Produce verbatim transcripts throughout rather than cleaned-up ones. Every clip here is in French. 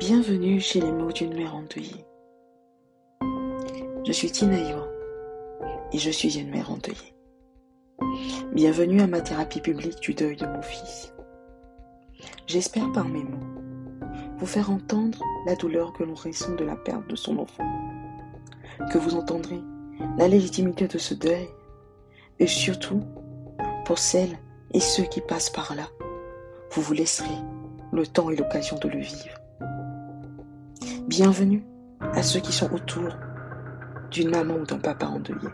Bienvenue chez les mots d'une mère endeuillée. Je suis Tinaïwa et je suis une mère endeuillée. Bienvenue à ma thérapie publique du deuil de mon fils. J'espère par mes mots vous faire entendre la douleur que l'on ressent de la perte de son enfant, que vous entendrez la légitimité de ce deuil et surtout, pour celles et ceux qui passent par là, vous vous laisserez le temps et l'occasion de le vivre. Bienvenue à ceux qui sont autour d'une maman ou d'un papa endeuillé.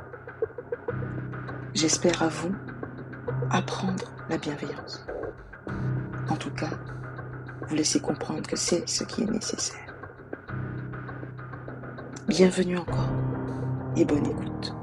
J'espère à vous apprendre la bienveillance. En tout cas, vous laisser comprendre que c'est ce qui est nécessaire. Bienvenue encore et bonne écoute.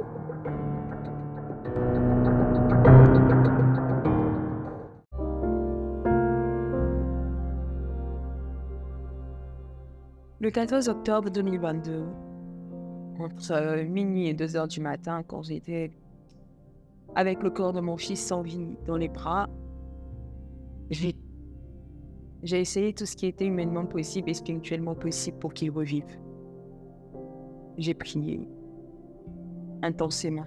Le quatorze octobre deux mille vingt-deux, entre minuit et deux heures du matin, quand j'étais avec le corps de mon fils sans vie dans les bras, j'ai, j'ai essayé tout ce qui était humainement possible et spirituellement possible pour qu'il revive. J'ai prié intensément.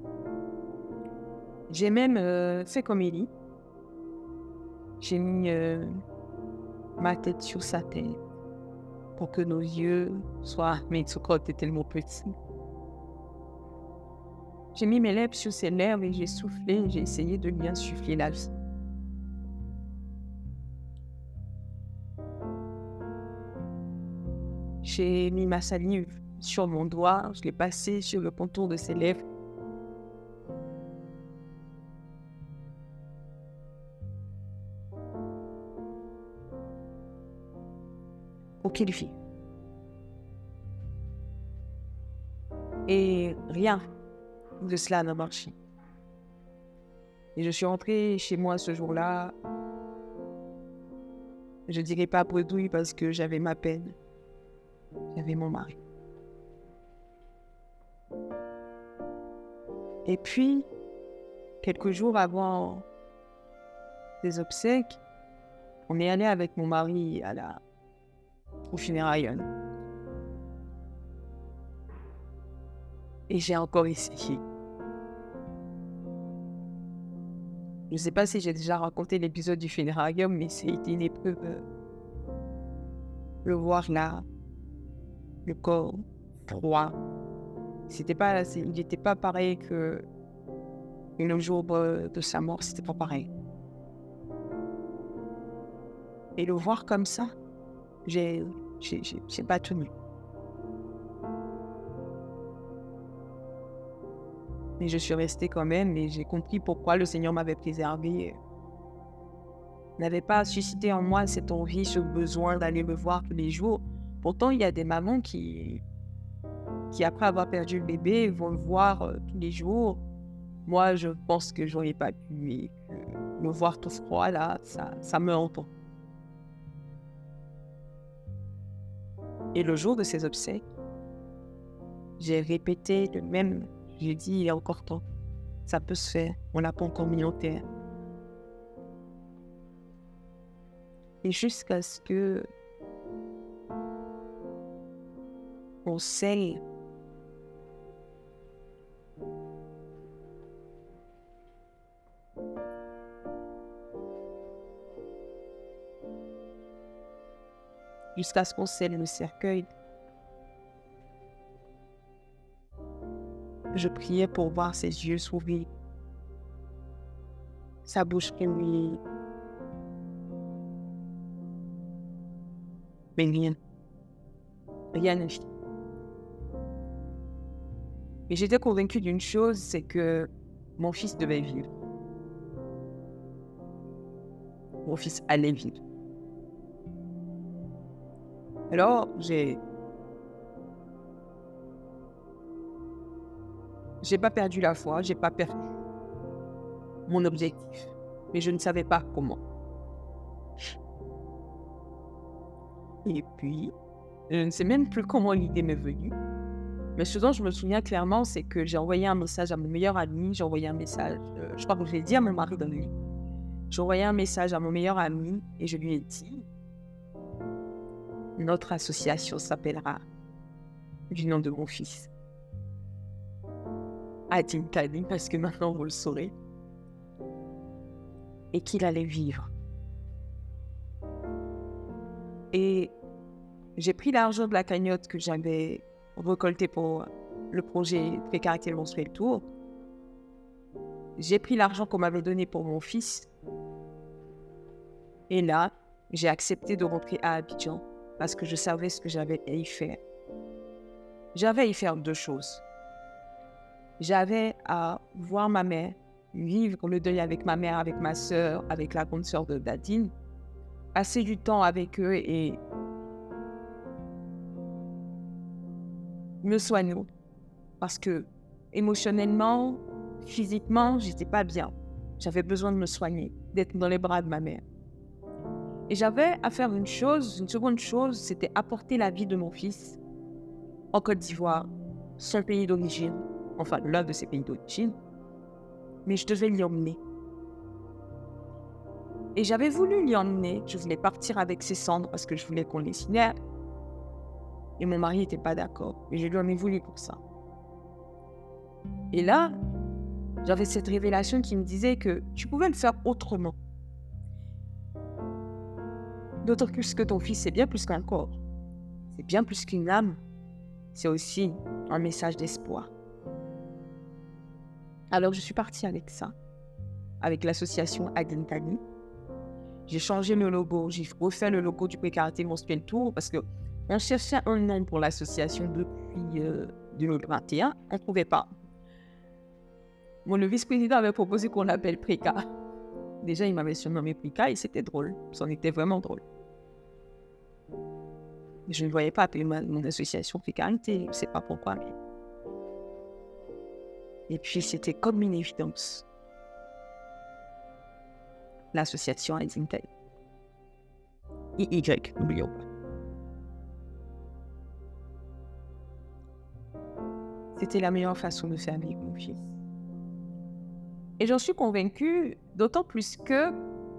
J'ai même euh, fait comme Élie. J'ai mis euh, ma tête sur sa tête pour que nos yeux soient... Mais ce corps était tellement petit. J'ai mis mes lèvres sur ses lèvres et j'ai soufflé, j'ai essayé de lui insuffler la vie. J'ai mis ma salive sur mon doigt, je l'ai passé sur le contour de ses lèvres. Pour qu'il vive. Et rien de cela n'a marché. Et je suis rentrée chez moi ce jour-là. Je ne dirais pas bredouille parce que j'avais ma peine. J'avais mon mari. Et puis, quelques jours avant des obsèques, on est allé avec mon mari à la, au funérailles. Et j'ai encore essayé. Je ne sais pas si j'ai déjà raconté l'épisode du funérailles, mais c'était une épreuve. Le voir là, le corps froid. C'était pas, il n'était pas pareil que le jour de sa mort, c'était pas pareil. Et le voir comme ça, j'ai, j'ai, j'ai, j'ai pas tenu. Mais je suis restée quand même et j'ai compris pourquoi le Seigneur m'avait préservée. N'avait pas suscité en moi cette envie, ce besoin d'aller me voir tous les jours. Pourtant, il y a des mamans qui, qui après avoir perdu le bébé, vont le voir euh, tous les jours. Moi, je pense que j'aurais pas pu et que me voir tout froid là, ça, ça me hante. Et le jour de ses obsèques, j'ai répété le même. J'ai dit, il y a encore temps. Ça peut se faire. On l'a pas encore mis en terre. Et jusqu'à ce que on scelle jusqu'à ce qu'on scelle le cercueil. Je priais pour voir ses yeux s'ouvrir, sa bouche remuer. Mais rien. Rien ne fit. Et j'étais convaincue d'une chose, c'est que mon fils devait vivre. Mon fils allait vivre. Alors, j'ai... J'ai pas perdu la foi, j'ai pas perdu mon objectif. Mais je ne savais pas comment. Et puis, je ne sais même plus comment l'idée m'est venue. Mais ce dont je me souviens clairement, c'est que j'ai envoyé un message à mon meilleur ami. J'ai envoyé un message, euh, je crois que je l'ai dit à mon mari dans le lit. J'ai envoyé un message à mon meilleur ami et je lui ai dit notre association s'appellera du nom de mon fils. Adin Tani, parce que maintenant vous le saurez. Et qu'il allait vivre. Et j'ai pris l'argent de la cagnotte que j'avais récolté pour le projet Précarité menstruelle Tour. J'ai pris l'argent qu'on m'avait donné pour mon fils. Et là, j'ai accepté de rentrer à Abidjan parce que je savais ce que j'avais à y faire. J'avais à y faire deux choses. J'avais à voir ma mère, vivre le deuil avec ma mère, avec ma sœur, avec la grande sœur de Dadine, passer du temps avec eux et me soigner. Parce que émotionnellement, physiquement, j'étais pas bien. J'avais besoin de me soigner, d'être dans les bras de ma mère. Et j'avais à faire une chose, une seconde chose, c'était apporter la vie de mon fils en Côte d'Ivoire, son pays d'origine, enfin l'un de ses pays d'origine, mais je devais l'y emmener. Et j'avais voulu l'y emmener, je voulais partir avec ses cendres parce que je voulais qu'on les incinère. Et mon mari n'était pas d'accord, mais je lui en ai voulu pour ça. Et là, j'avais cette révélation qui me disait que tu pouvais le faire autrement. D'autant plus que ton fils, c'est bien plus qu'un corps. C'est bien plus qu'une âme. C'est aussi un message d'espoir. Alors, je suis partie avec ça, avec l'association Adin Tani. J'ai changé le logo, j'ai refait le logo du Précarité menstruelle Tour parce qu'on cherchait un nom pour l'association depuis euh, deux mille vingt et un. On ne trouvait pas. Bon, le vice-président avait proposé qu'on l'appelle Préca. Déjà, il m'avait surnommé Préca et c'était drôle. C'en était vraiment drôle. Je ne voyais pas appeler ma, mon association Précarité, je ne sais pas pourquoi. Mais... Et puis, c'était comme une évidence. L'association Adin Tani. I Y, n'oublions pas. C'était la meilleure façon de faire vivre mon fils. Et j'en suis convaincue, d'autant plus que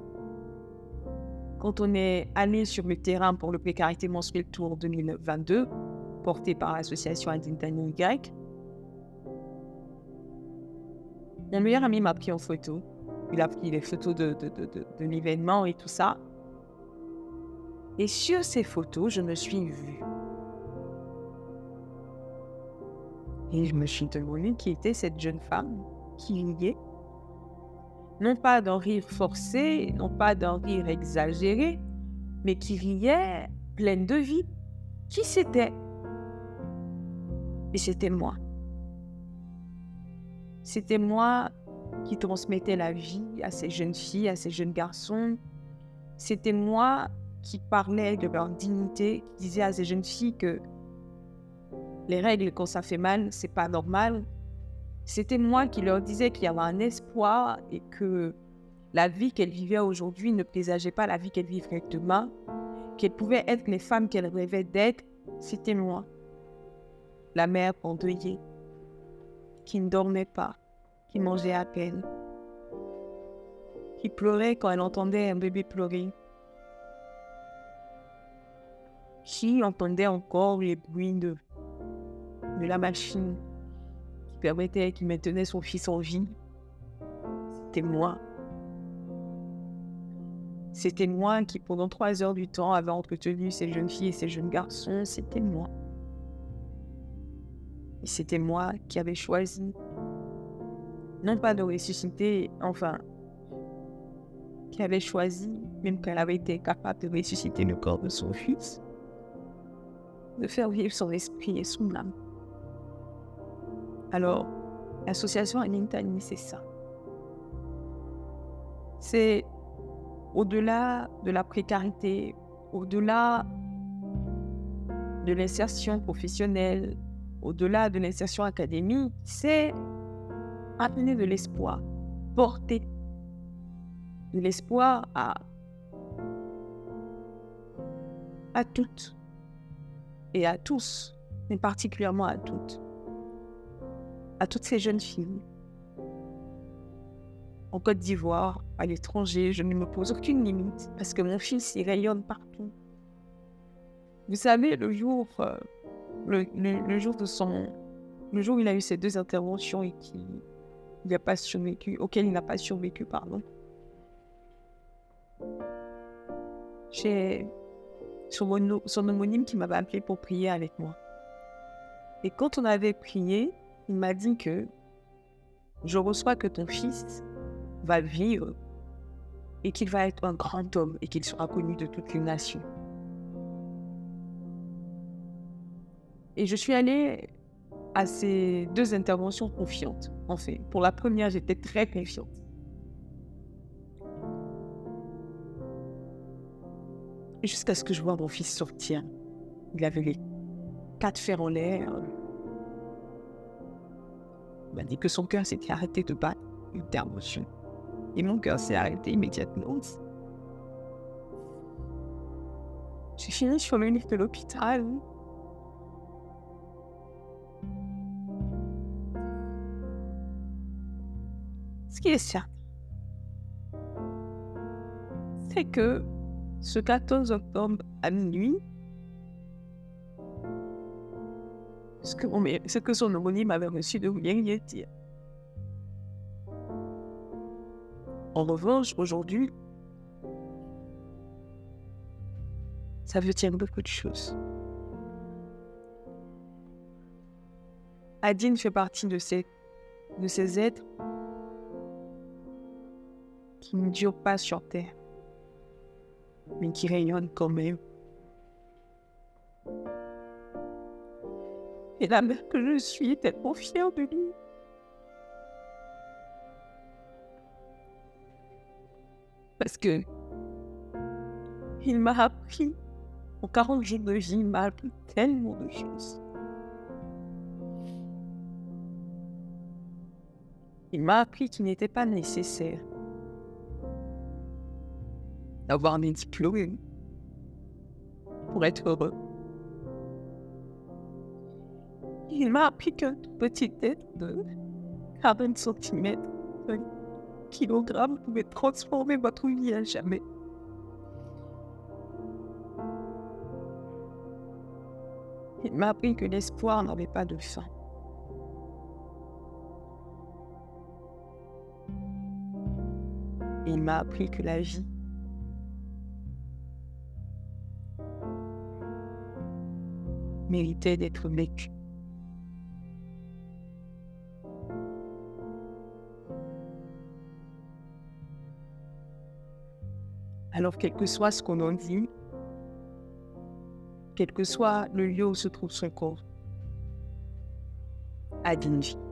quand on est allé sur le terrain pour le Précarité menstruelle Tour deux mille vingt-deux, porté par l'association Adin Tani Y, mon meilleur ami m'a pris en photo. Il a pris les photos de, de, de, de, de l'événement et tout ça. Et sur ces photos, je me suis vue. Et je me suis demandé qui était cette jeune femme qui riait. Non pas d'un rire forcé, non pas d'un rire exagéré, mais qui riait pleine de vie. Qui c'était? Et c'était moi. C'était moi qui transmettait la vie à ces jeunes filles, à ces jeunes garçons. C'était moi qui parlais de leur dignité, qui disais à ces jeunes filles que les règles, quand ça fait mal, c'est pas normal. C'était moi qui leur disais qu'il y avait un espoir et que la vie qu'elles vivaient aujourd'hui ne présageait pas la vie qu'elles vivraient demain, qu'elles pouvaient être les femmes qu'elles rêvaient d'être. C'était moi, la mère endeuillée, qui ne dormait pas, qui mangeait à peine, qui pleurait quand elle entendait un bébé pleurer, qui entendait encore les bruits de, de la machine qui permettait, qui maintenait son fils en vie. C'était moi. C'était moi qui, pendant trois heures du temps, avait entretenu ces jeunes filles et ces jeunes garçons. C'était moi. Et c'était moi qui avais choisi, non pas de ressusciter, enfin, qui avait choisi, même qu'elle avait été capable de ressusciter le corps de son fils, de faire vivre son esprit et son âme. Alors, l'association Adin Tani, c'est ça. C'est au-delà de la précarité, au-delà de l'insertion professionnelle, au-delà de l'insertion académique, c'est amener de l'espoir, porter de l'espoir à, à toutes et à tous, mais particulièrement à toutes, à toutes ces jeunes filles. En Côte d'Ivoire, à l'étranger, je ne me pose aucune limite parce que mon fils, il rayonne partout. Vous savez, le jour, euh, le, le, le jour de son, le jour où il a eu ces deux interventions et qu'il n'a pas survécu, auquel il n'a pas survécu, pardon. J'ai son, son homonyme qui m'avait appelé pour prier avec moi. Et quand on avait prié, il m'a dit que je reçois que ton fils va vivre et qu'il va être un grand homme et qu'il sera connu de toutes les nations. Et je suis allée à ces deux interventions confiante, en fait. Pour la première, j'étais très confiante. Jusqu'à ce que je vois mon fils sortir. Il avait les quatre fers en l'air. Il m'a dit que son cœur s'était arrêté de battre, une intervention. Et mon cœur s'est arrêté immédiatement. J'ai fini sur le lit de l'hôpital. Ce qui est certain, c'est que ce quatorze octobre à minuit, ce que, mon, ce que son homonyme avait reçu de rien dire. En revanche, aujourd'hui, ça veut dire beaucoup de choses. Adine fait partie de ces, de ces êtres qui ne durent pas sur terre, mais qui rayonnent quand même. Et la mère que je suis est tellement fière de lui. Parce que il m'a appris, en quarante jours de vie, il m'a appris tellement de choses. Il m'a appris qu'il n'était pas nécessaire d'avoir des diplômes pour être heureux. Il m'a appris qu'un tout petit être de quarante centimètres, de kilogrammes, pouvait transformer votre vie à jamais. Il m'a appris que l'espoir n'avait pas de fin. Et il m'a appris que la vie méritait d'être vécue. Alors, quel que soit ce qu'on en dit, quel que soit le lieu où se trouve son corps, Adine vit.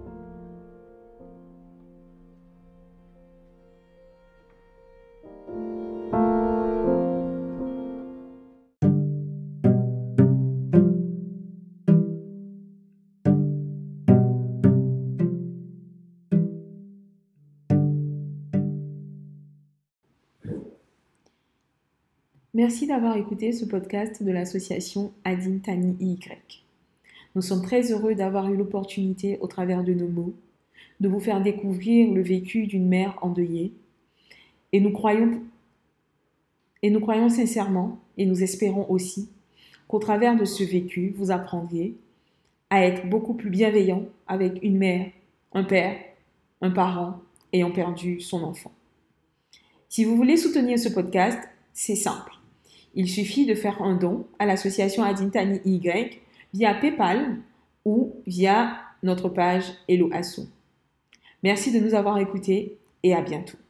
Merci d'avoir écouté ce podcast de l'association Adine Tani I Y. Nous sommes très heureux d'avoir eu l'opportunité, au travers de nos mots, de vous faire découvrir le vécu d'une mère endeuillée. Et nous croyons, et nous croyons sincèrement, et nous espérons aussi, qu'au travers de ce vécu, vous apprendriez à être beaucoup plus bienveillant avec une mère, un père, un parent ayant perdu son enfant. Si vous voulez soutenir ce podcast, c'est simple. Il suffit de faire un don à l'association Adine Tani I Y via PayPal ou via notre page Hello Asso. Merci de nous avoir écoutés et à bientôt.